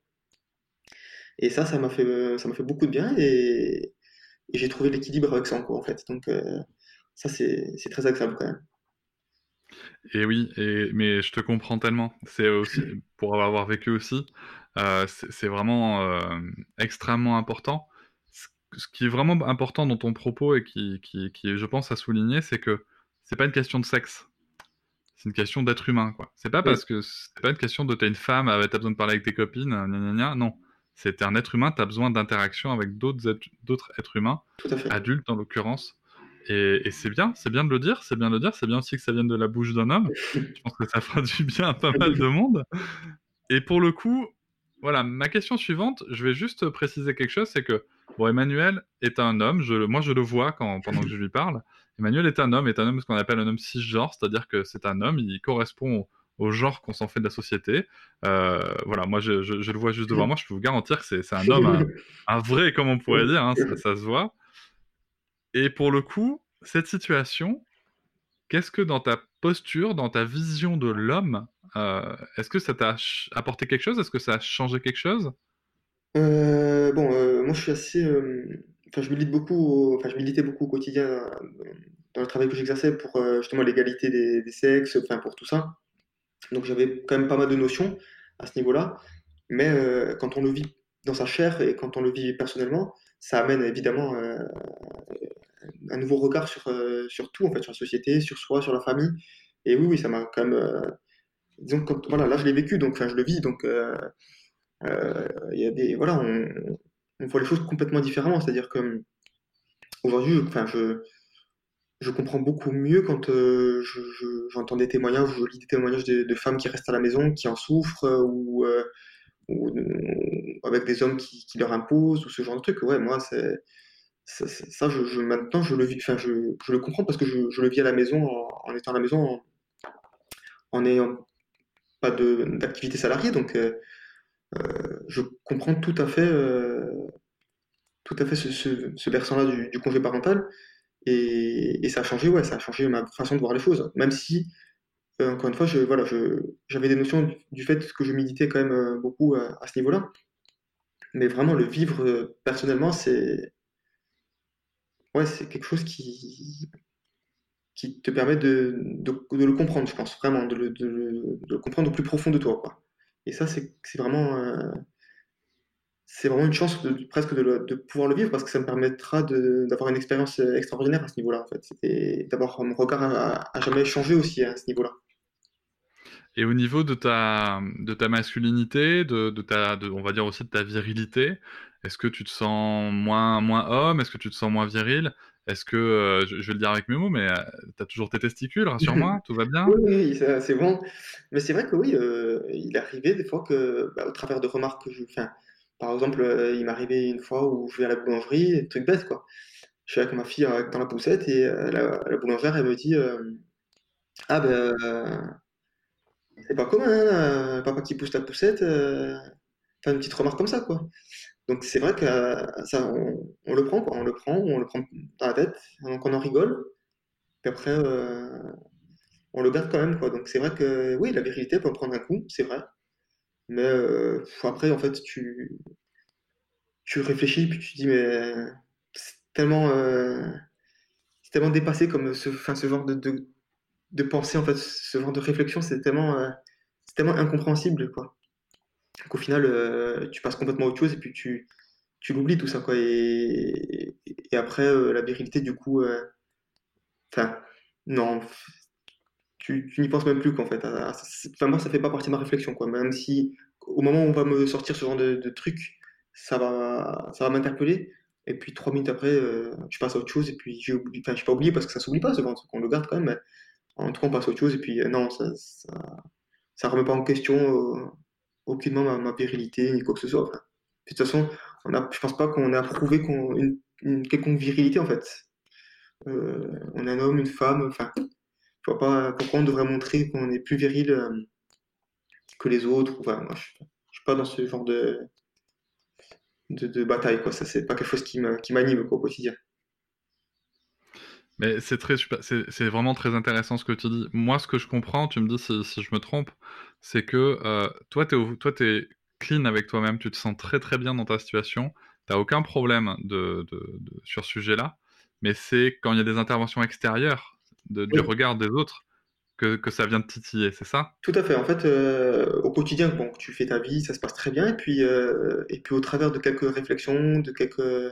Et ça, ça m'a fait, ça m'a fait beaucoup de bien et, et j'ai trouvé l'équilibre avec ça, quoi, en fait. Donc, euh, ça, c'est, c'est très agréable quand même. Et oui, et, mais je te comprends tellement. C'est aussi, pour avoir vécu aussi, euh, c'est c'est vraiment euh, extrêmement important. Ce, ce qui est vraiment important dans ton propos et qui, qui, qui est, je pense, à souligner, c'est que c'est pas une question de sexe. C'est une question d'être humain, quoi. C'est pas Oui, parce que c'est pas une question de t'es une femme, ah, t'as besoin de parler avec tes copines, gna gna gna. Non. C'est t'es un être humain, t'as besoin d'interaction avec d'autres êtres, d'autres êtres humains, tout à fait. adultes en l'occurrence. Et, et c'est bien, c'est bien de le dire, c'est bien de le dire, c'est bien aussi que ça vienne de la bouche d'un homme. Je pense que ça fera du bien à pas mal de monde. Et pour le coup, voilà, ma question suivante, je vais juste préciser quelque chose, c'est que, bon, Emmanuel est un homme, je, le- moi je le vois quand, pendant que je lui parle. Emmanuel est un homme, est un homme ce qu'on appelle un homme cisgenre, c'est-à-dire que c'est un homme, il correspond au, au genre qu'on s'en fait de la société. Euh, voilà, moi je, je- je le vois juste devant moi, je peux vous garantir que c'est c'est un homme, un, un vrai, comme on pourrait dire, hein, ça, ça se voit. Et pour le coup, cette situation, qu'est-ce que dans ta posture, dans ta vision de l'homme, euh, est-ce que ça t'a ch- apporté quelque chose? Est-ce que ça a changé quelque chose? Euh, bon, euh, moi, je suis assez, euh, enfin, je milite beaucoup, au- enfin, je militais beaucoup au quotidien euh, dans le travail que j'exerçais pour euh, justement l'égalité des, des sexes, enfin, pour tout ça. Donc, j'avais quand même pas mal de notions à ce niveau-là. Mais euh, quand on le vit dans sa chair et quand on le vit personnellement, ça amène évidemment euh, un nouveau regard sur, euh, sur tout, en fait, sur la société, sur soi, sur la famille. Et oui, oui, ça m'a quand même. Euh, disons que quand, voilà, là, je l'ai vécu, donc enfin, je le vis, donc euh, euh, il y a des. Voilà, on, on voit les choses complètement différemment. C'est-à-dire que aujourd'hui, je- enfin, je, je comprends beaucoup mieux quand euh, je, je- j'entends des témoignages, ou je lis des témoignages de, de femmes qui restent à la maison, qui en souffrent, euh, ou, euh, ou, ou avec des hommes qui, qui leur imposent, ou ce genre de truc. Ouais, moi, c'est. Ça, ça- ça, je, je- maintenant, je le vis, enfin, je, je le comprends parce que je, je le vis à la maison, en, en étant à la maison, en, en n'ayant pas de, d'activité salariée. Donc, euh, je comprends tout à fait, euh, tout à fait ce, ce, ce versant-là du, du congé parental. Et, et ça a changé, ouais, ça a changé ma façon de voir les choses. Même si, euh, encore une fois, je, voilà, je, j'avais des notions du, du fait que je militais quand même euh, beaucoup à, à ce niveau-là. Mais vraiment, le vivre euh, personnellement, c'est, ouais, c'est quelque chose qui, qui te permet de, de, de le comprendre, je pense, vraiment, de le, de le- de le comprendre au plus profond de toi, quoi. Et ça, c'est c'est vraiment, euh, c'est vraiment une chance de, presque de, le- de pouvoir le vivre parce que ça me permettra de- d'avoir une expérience euh, extraordinaire à ce niveau-là, en fait. Et d'avoir mon regard à, à jamais changé aussi à ce niveau-là. Et au niveau de ta, de ta masculinité, de, de ta, de, on va dire aussi de ta virilité, est-ce que tu te sens moins, moins homme? Est-ce que tu te sens moins viril? Est-ce que, euh, je, je vais le dire avec mes mots, mais tu as toujours tes testicules, rassure-moi, tout va bien? Oui, oui, oui, ça, c'est bon. Mais c'est vrai que oui, euh, il est arrivé des fois que, bah, au travers de remarques que je fais, par exemple, euh, il m'est arrivé une fois où je vais à la boulangerie, un truc bête, quoi. Je suis avec ma fille euh, dans la poussette et euh, la, la boulangère, elle me dit euh, ah ben, euh, c'est pas commun, hein, un papa qui pousse la poussette, euh, faire une petite remarque comme ça, quoi. Donc c'est vrai que euh, ça, on, on le prend, quoi, on le prend, on le prend dans la tête, donc on en rigole. Puis après, euh, on le garde quand même, quoi. Donc c'est vrai que oui, la virilité peut en prendre un coup, c'est vrai. Mais euh, pff, après, en fait, tu, tu réfléchis, puis tu te dis, mais c'est tellement, euh, c'est tellement dépassé comme ce, enfin, ce genre de, de, de pensée, en fait, ce genre de réflexion, c'est tellement, euh, c'est tellement incompréhensible, quoi. Qu'au final, euh, tu passes complètement à autre chose et puis tu, tu l'oublies tout ça, quoi. Et, et après, euh, la virilité, du coup, euh, enfin, non, tu, tu n'y penses même plus, quoi, en fait. Ah, c'est- Enfin, moi, ça fait pas partie de ma réflexion, quoi. Même si, au moment où on va me sortir ce genre de, de truc, ça va, ça va m'interpeller. Et puis, trois minutes après, euh, je passe à autre chose. Et puis, j'ai oublié, enfin, je suis pas oublié parce que ça s'oublie pas, ce genre de truc. On le garde quand même. Mais en tout cas, on passe à autre chose. Et puis, euh, non, ça, ça, ça remet pas en question euh, aucunement ma, ma virilité ni quoi que ce soit. Enfin, de toute façon, on a, je pense pas qu'on ait approuvé qu'on, une, une quelconque virilité, en fait. Euh, on est un homme, une femme, enfin. Je vois pas pourquoi on devrait montrer qu'on est plus viril euh, que les autres. Enfin, moi, je, je suis pas dans ce genre de, de, de bataille, quoi. Ça, c'est pas quelque chose qui m'a- qui m'anime, quoi, au quotidien. Mais c'est très super, c'est c'est vraiment très intéressant ce que tu dis. Moi, ce que je comprends, tu me dis si, si je me trompe, c'est que euh, toi, t'es au- toi, t'es clean avec toi-même, tu te sens très très bien dans ta situation, t'as aucun problème de, de- de- sur ce sujet-là, mais c'est quand il y a des interventions extérieures de- du Oui, regard des autres que, que ça vient de titiller, c'est ça? tout à fait. En fait, euh, au quotidien, bon, tu fais ta vie, ça se passe très bien. Et puis, euh, et puis au travers de quelques réflexions, de quelques.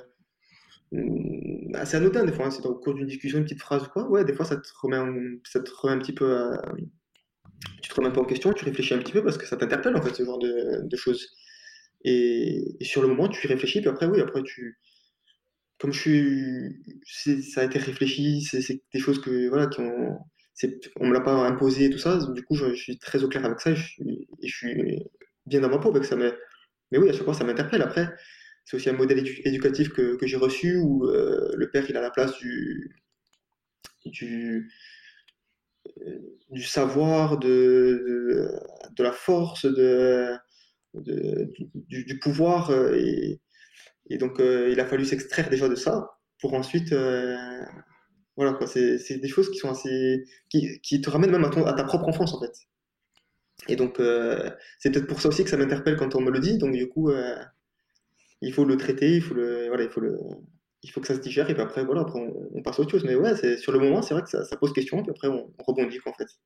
Hum, assez anodin, des fois, hein, c'est au cours d'une discussion, une petite phrase ou quoi. Ouais, des fois, ça te remet un, ça te remet un petit peu à- tu te remets un peu en question, tu réfléchis un petit peu parce que ça t'interpelle, en fait, ce genre de, de choses. Et, et sur le moment, tu y réfléchis, puis après, oui, après, tu, comme je suis, c'est- ça a été réfléchi, c'est c'est des choses que voilà, qui ont, c'est, on me l'a pas imposé et tout ça. Du coup, je, je suis très au clair avec ça. Et je suis, et je suis bien dans ma peau avec ça. Mais, mais oui, à chaque fois, ça m'interpelle. Après, c'est aussi un modèle édu- éducatif que, que j'ai reçu où euh, le père, il a la place du, du, du savoir, de, de, de la force, de, de- du, du pouvoir. euh, Et, et donc, euh, il a fallu s'extraire déjà de ça pour ensuite euh, voilà, quoi, c'est c'est des choses qui sont assez, qui, qui te ramènent même à, ton, à ta propre enfance, en fait. Et donc, euh, c'est peut-être pour ça aussi que ça m'interpelle quand on me le dit. Donc, du coup, euh, il faut le traiter, il faut le, voilà, il faut le, il faut que ça se digère. Et puis après, voilà, après, on, on passe à autre chose. Mais ouais, c'est, sur le moment, c'est vrai que ça, ça pose question. Puis après, on, on rebondit, quoi, en fait.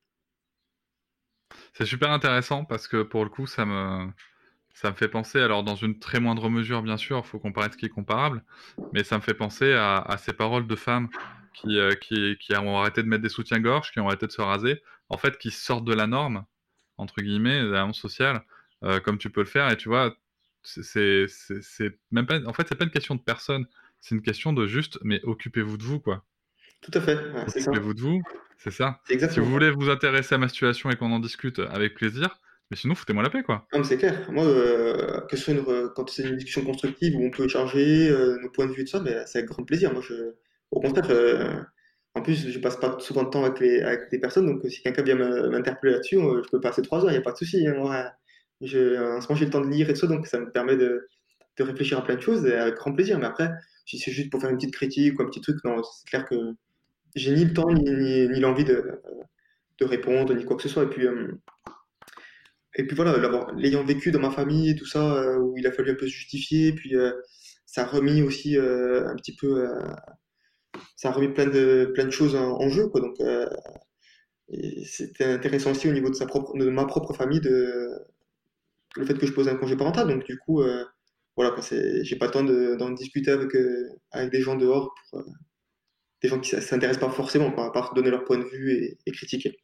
C'est super intéressant parce que pour le coup, ça me, ça me fait penser, alors dans une très moindre mesure, bien sûr, il faut comparer ce qui est comparable, mais ça me fait penser à, à ces paroles de femmes qui, euh, qui, qui ont arrêté de mettre des soutiens-gorge, qui ont arrêté de se raser, en fait, qui sortent de la norme, entre guillemets, de la norme sociale, euh, comme tu peux le faire, et tu vois, c'est c'est- c'est- c'est même pas, en fait, c'est pas une question de personne, c'est une question de juste, mais occupez-vous de vous, quoi. Tout à fait, ouais, c'est ça. Occupez-vous de vous, c'est ça. C'est Si vous exactement ça. voulez vous intéresser à ma situation et qu'on en discute avec plaisir, mais sinon, foutez-moi la paix, quoi. Non, mais c'est clair. Moi, euh, que ce soit une, re- quand c'est une discussion constructive où on peut échanger euh, nos points de vue et tout ça, mais c'est avec grand plaisir. Moi, je, au contraire, euh, en plus, je passe pas souvent de temps avec les, avec les personnes, donc euh, si quelqu'un vient me- m'interpeller là-dessus, euh, je peux passer trois heures, il n'y a pas de souci, hein, moi. Je, en ce moment, j'ai le temps de lire et tout ça, donc ça me permet de, de réfléchir à plein de choses et avec grand plaisir. Mais après, si c'est juste pour faire une petite critique ou un petit truc, non, c'est clair que j'ai ni le temps ni, ni, ni l'envie de, de répondre, ni quoi que ce soit. Et puis, euh, et puis voilà, l'avoir- l'ayant vécu dans ma famille et tout ça, euh, où il a fallu un peu se justifier, puis euh, ça a remis aussi euh, un petit peu, euh, ça a remis plein de, plein de choses en, en jeu, quoi. Donc, euh, et c'était intéressant aussi au niveau de, sa propre, de ma propre famille, de, le fait que je pose un congé parental. Donc, du coup, euh, voilà, quoi, c'est, j'ai pas le temps de- d'en discuter avec, euh, avec des gens dehors, pour, euh, des gens qui ne s'intéressent pas forcément, quoi, à part donner leur point de vue et, et critiquer.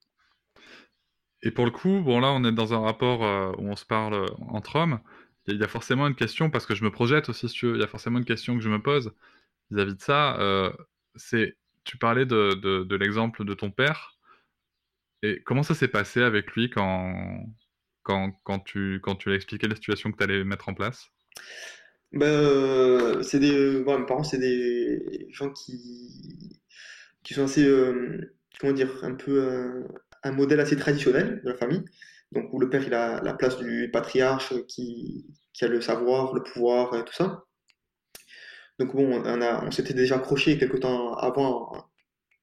Et pour le coup, bon là, on est dans un rapport euh, où on se parle euh, entre hommes. Il y, a il y a forcément une question, parce que je me projette aussi, si tu veux, il y a forcément une question que je me pose vis-à-vis de ça. euh, c'est, tu parlais de, de, de l'exemple de ton père, et comment ça s'est passé avec lui quand, quand, quand tu, quand tu lui as expliqué la situation que tu allais mettre en place? Ben, euh, c'est des, voilà, mes parents, c'est des gens qui, qui sont assez, euh, comment dire, un peu un, un modèle assez traditionnel de la famille. Donc, où le père, il a la place du patriarche qui, qui a le savoir, le pouvoir et tout ça. Donc, bon, on, a, on s'était déjà accroché quelque temps avant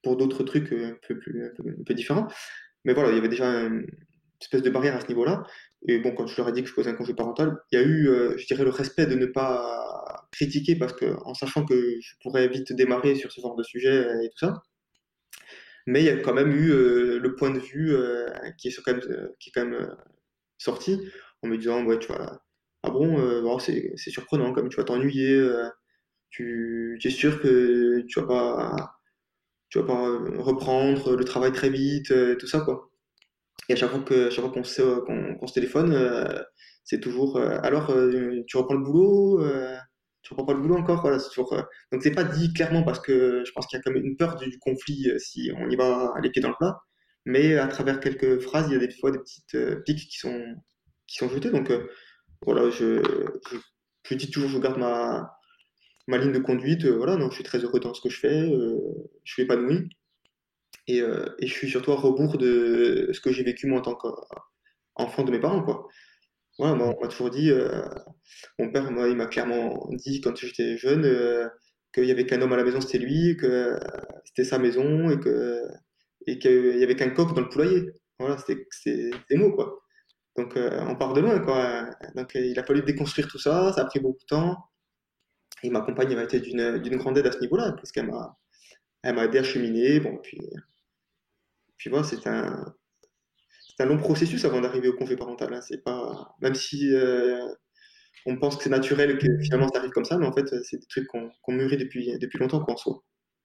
pour d'autres trucs euh, un peu plus un peu, un peu différents. Mais voilà, il y avait déjà une espèce de barrière à ce niveau-là. Et bon, quand je leur ai dit que je posais un congé parental, il y a eu, euh, je dirais, le respect de ne pas critiquer parce que, en sachant que je pourrais vite démarrer sur ce genre de sujet euh, et tout ça. Mais il y a quand même eu euh, le point de vue euh, qui est quand même, euh, qui est quand même euh, sorti en me disant, ouais, tu vas, ah bon, euh, bon, c'est c'est surprenant, comme tu vas t'ennuyer, euh, tu, tu es sûr que tu vas pas, tu vas pas euh, reprendre le travail très vite, euh, tout ça, quoi. Et à chaque fois que, à chaque fois qu'on se, qu'on, qu'on se téléphone, euh, c'est toujours, euh, alors, euh, tu reprends le boulot, euh, tu reprends pas le boulot encore, voilà, c'est toujours, euh, donc c'est pas dit clairement parce que je pense qu'il y a quand même une peur du, du conflit euh, si on y va les pieds dans le plat, mais à travers quelques phrases, il y a des fois des petites euh, piques qui sont, qui sont jetées, donc euh, voilà, je, je, je dis toujours, je garde ma, ma ligne de conduite, euh, voilà, donc je suis très heureux dans ce que je fais, euh, je suis épanoui, et, euh, et je suis surtout à rebours de ce que j'ai vécu moi en tant qu'enfant de mes parents, quoi. Voilà, moi, on m'a toujours dit, euh, mon père, moi, il m'a clairement dit quand j'étais jeune euh, qu'il y avait qu'un homme à la maison, c'était lui, que euh, c'était sa maison et que et qu'il y avait qu'un coq dans le poulailler. Voilà, c'était c'est des mots, quoi. Donc euh, on part de loin, quoi. Donc euh, il a fallu déconstruire tout ça, ça a pris beaucoup de temps. Et ma compagne elle m'a été d'une d'une grande aide à ce niveau-là, parce qu'elle m'a elle m'a aidé à cheminer. Bon, puis puis voilà, c'est un c'est un long processus avant d'arriver au congé parental, hein. C'est pas même si euh, on pense que c'est naturel et que finalement ça arrive comme ça, mais en fait, c'est des trucs qu'on qu'on mûrit depuis, depuis longtemps qu'on soit.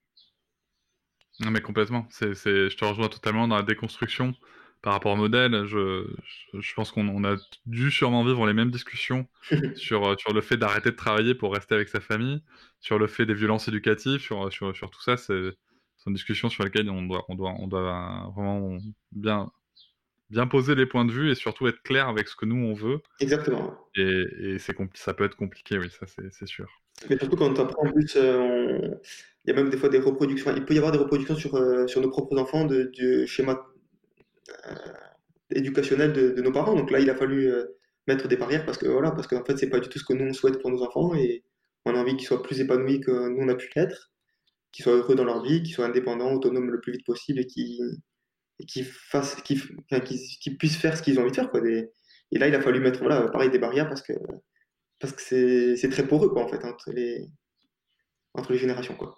Non, mais complètement. C'est, c'est, je te rejoins totalement dans la déconstruction par rapport au modèle. Je, je, je pense qu'on on a dû sûrement vivre les mêmes discussions sur, euh, sur le fait d'arrêter de travailler pour rester avec sa famille, sur le fait des violences éducatives, sur, sur, sur tout ça. C'est, c'est une discussion sur laquelle on doit, on doit, on doit vraiment bien, bien poser les points de vue et surtout être clair avec ce que nous on veut. Exactement. Et, et c'est compli- ça peut être compliqué, oui, ça c'est, c'est sûr. Mais surtout quand on apprend en plus, euh, on- il y a même des fois des reproductions, il peut y avoir des reproductions sur, euh, sur nos propres enfants de, du schéma euh, éducationnel de, de nos parents. Donc là, il a fallu euh, mettre des barrières parce que voilà, parce qu'en fait, c'est pas du tout ce que nous on souhaite pour nos enfants et on a envie qu'ils soient plus épanouis que nous on a pu l'être, qu'ils soient heureux dans leur vie, qu'ils soient indépendants, autonomes le plus vite possible et qui et qu'ils fassent, qu'ils, enfin, qu'ils, qu'ils puissent faire ce qu'ils ont envie de faire, quoi. Des- et là, il a fallu mettre, voilà, pareil, des barrières parce que, parce que c'est, c'est très poreux, quoi, en fait, entre les, entre les générations, quoi.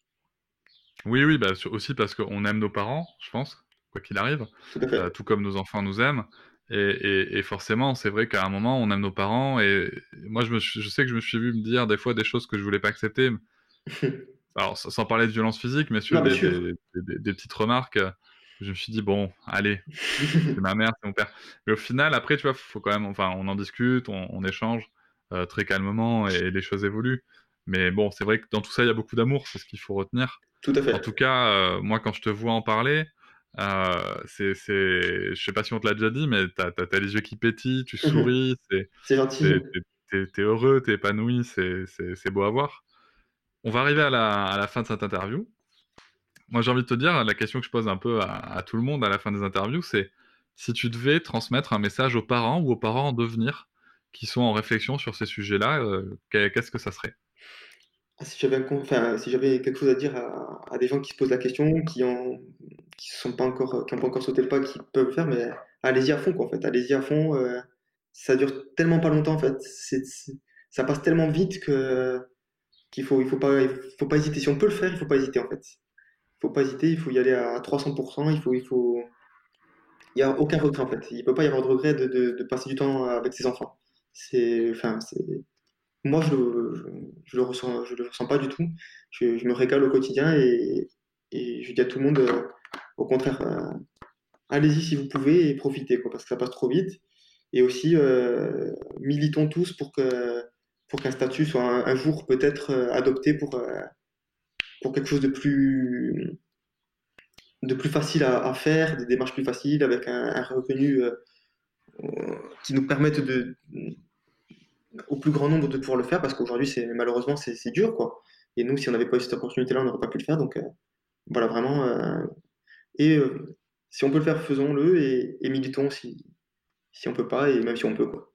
Oui, oui, bah, sur- aussi parce qu'on aime nos parents, je pense, quoi qu'il arrive, Tout à fait. euh, tout comme nos enfants nous aiment. Et, et- et forcément, c'est vrai qu'à un moment, on aime nos parents. Et moi, je, me suis- je sais que je me suis vu me dire des fois des choses que je voulais pas accepter. Alors, sans sans parler de violence physique, mais sur Non, bien des, sûr. des- des- des- des petites remarques, euh, je me suis dit, bon, allez, c'est ma mère, c'est mon père. Mais au final, après, tu vois, faut quand même, enfin, on en discute, on, on échange euh, très calmement et les choses évoluent. Mais bon, c'est vrai que dans tout ça, il y a beaucoup d'amour, c'est ce qu'il faut retenir. Tout à En fait. tout cas, euh, moi, quand je te vois en parler, euh, c'est, c'est, je sais pas si on te l'a déjà dit, mais t'as, t'as, t'as les yeux qui pétillent, tu souris, c'est, C'est gentil. t'es, t'es, t'es- t'es heureux, t'es épanoui, c'est, c'est, c'est beau à voir. On va arriver à la, à la fin de cette interview. Moi, j'ai envie de te dire, la question que je pose un peu à, à tout le monde à la fin des interviews, c'est si tu devais transmettre un message aux parents ou aux parents en devenir qui sont en réflexion sur ces sujets-là, euh, qu'est- qu'est-ce que ça serait? Ah, si j'avais un con- enfin, si j'avais quelque chose à dire à, à des gens qui se posent la question, qui ont, qui sont pas encore, qui n'ont pas encore sauté le pas, qui peuvent le faire, mais allez-y à fond, quoi, en fait. Allez-y à fond. euh, ça dure tellement pas longtemps, en fait. C'est, c'est- ça passe tellement vite que, qu'il faut, il faut pas, il faut pas hésiter. Si on peut le faire, il faut pas hésiter, en fait. Il faut pas hésiter, il faut y aller à trois cents pour cent, il faut, il faut, il y a aucun regret, en fait. Il peut pas y avoir de regret de, de, de passer du temps avec ses enfants. C'est, enfin, c'est, moi, je le, je, je le ressens, je le ressens pas du tout. Je, je me régale au quotidien et, et je dis à tout le monde, euh, au contraire, euh, allez-y si vous pouvez et profitez, quoi, parce que ça passe trop vite. Et aussi, euh, militons tous pour que, pour qu'un statut soit un, un jour peut-être euh, adopté pour, euh, pour quelque chose de plus, de plus facile à, à faire, des démarches plus faciles, avec un, un revenu euh, euh, qui nous permette de, au plus grand nombre de pouvoir le faire parce qu'aujourd'hui, c'est malheureusement, c'est c'est dur, quoi. Et nous, si on n'avait pas eu cette opportunité-là, on n'aurait pas pu le faire. Donc, euh, voilà, vraiment. euh, et euh, si on peut le faire, faisons-le et, et militons si, si on peut pas et même si on peut, quoi.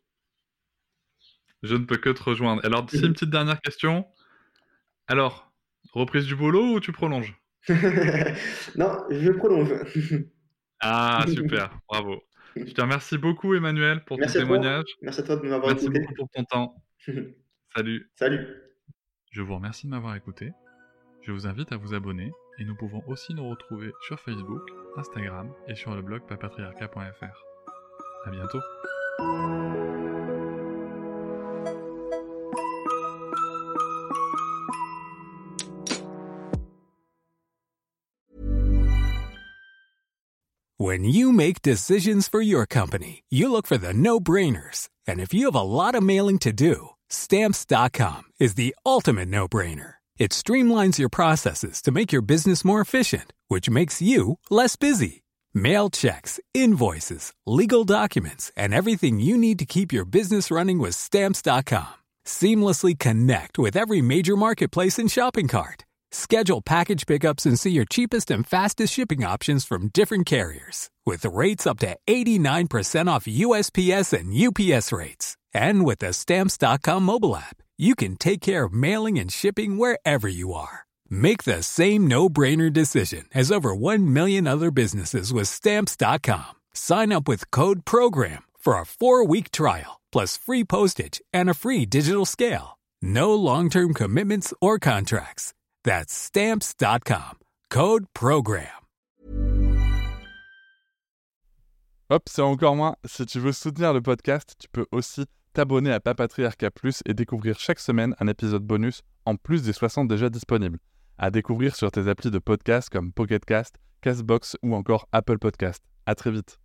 Je ne peux que te rejoindre. Alors, c'est une Mhm. petite dernière question. Alors, reprise du boulot ou tu prolonges? Non, je prolonge. Ah, super, bravo. Je te remercie beaucoup, Emmanuel, pour ton Merci à toi. témoignage. Merci à toi de m'avoir Merci écouté. beaucoup pour ton temps. Salut. Salut. Je vous remercie de m'avoir écouté. Je vous invite à vous abonner et nous pouvons aussi nous retrouver sur Facebook, Instagram et sur le blog papatriarcat point f r. À bientôt. When you make decisions for your company, you look for the no-brainers. And if you have a lot of mailing to do, Stamps dot com is the ultimate no-brainer. It streamlines your processes to make your business more efficient, which makes you less busy. Mail checks, invoices, legal documents, and everything you need to keep your business running with Stamps dot com. Seamlessly connect with every major marketplace and shopping cart. Schedule package pickups and see your cheapest and fastest shipping options from different carriers, with rates up to eighty-nine percent off U S P S and U P S rates. And with the Stamps dot com mobile app, you can take care of mailing and shipping wherever you are. Make the same no-brainer decision as over one million other businesses with Stamps dot com. Sign up with code PROGRAM for a four-week trial, plus free postage and a free digital scale. No long-term commitments or contracts. That's Stamps dot com. Code PROGRAM. Hop, c'est encore moins. Si tu veux soutenir le podcast, tu peux aussi t'abonner à Papatriarcat Plus et découvrir chaque semaine un épisode bonus en plus des soixante déjà disponibles. À découvrir sur tes applis de podcast comme Pocket Cast, Castbox ou encore Apple Podcast. À très vite.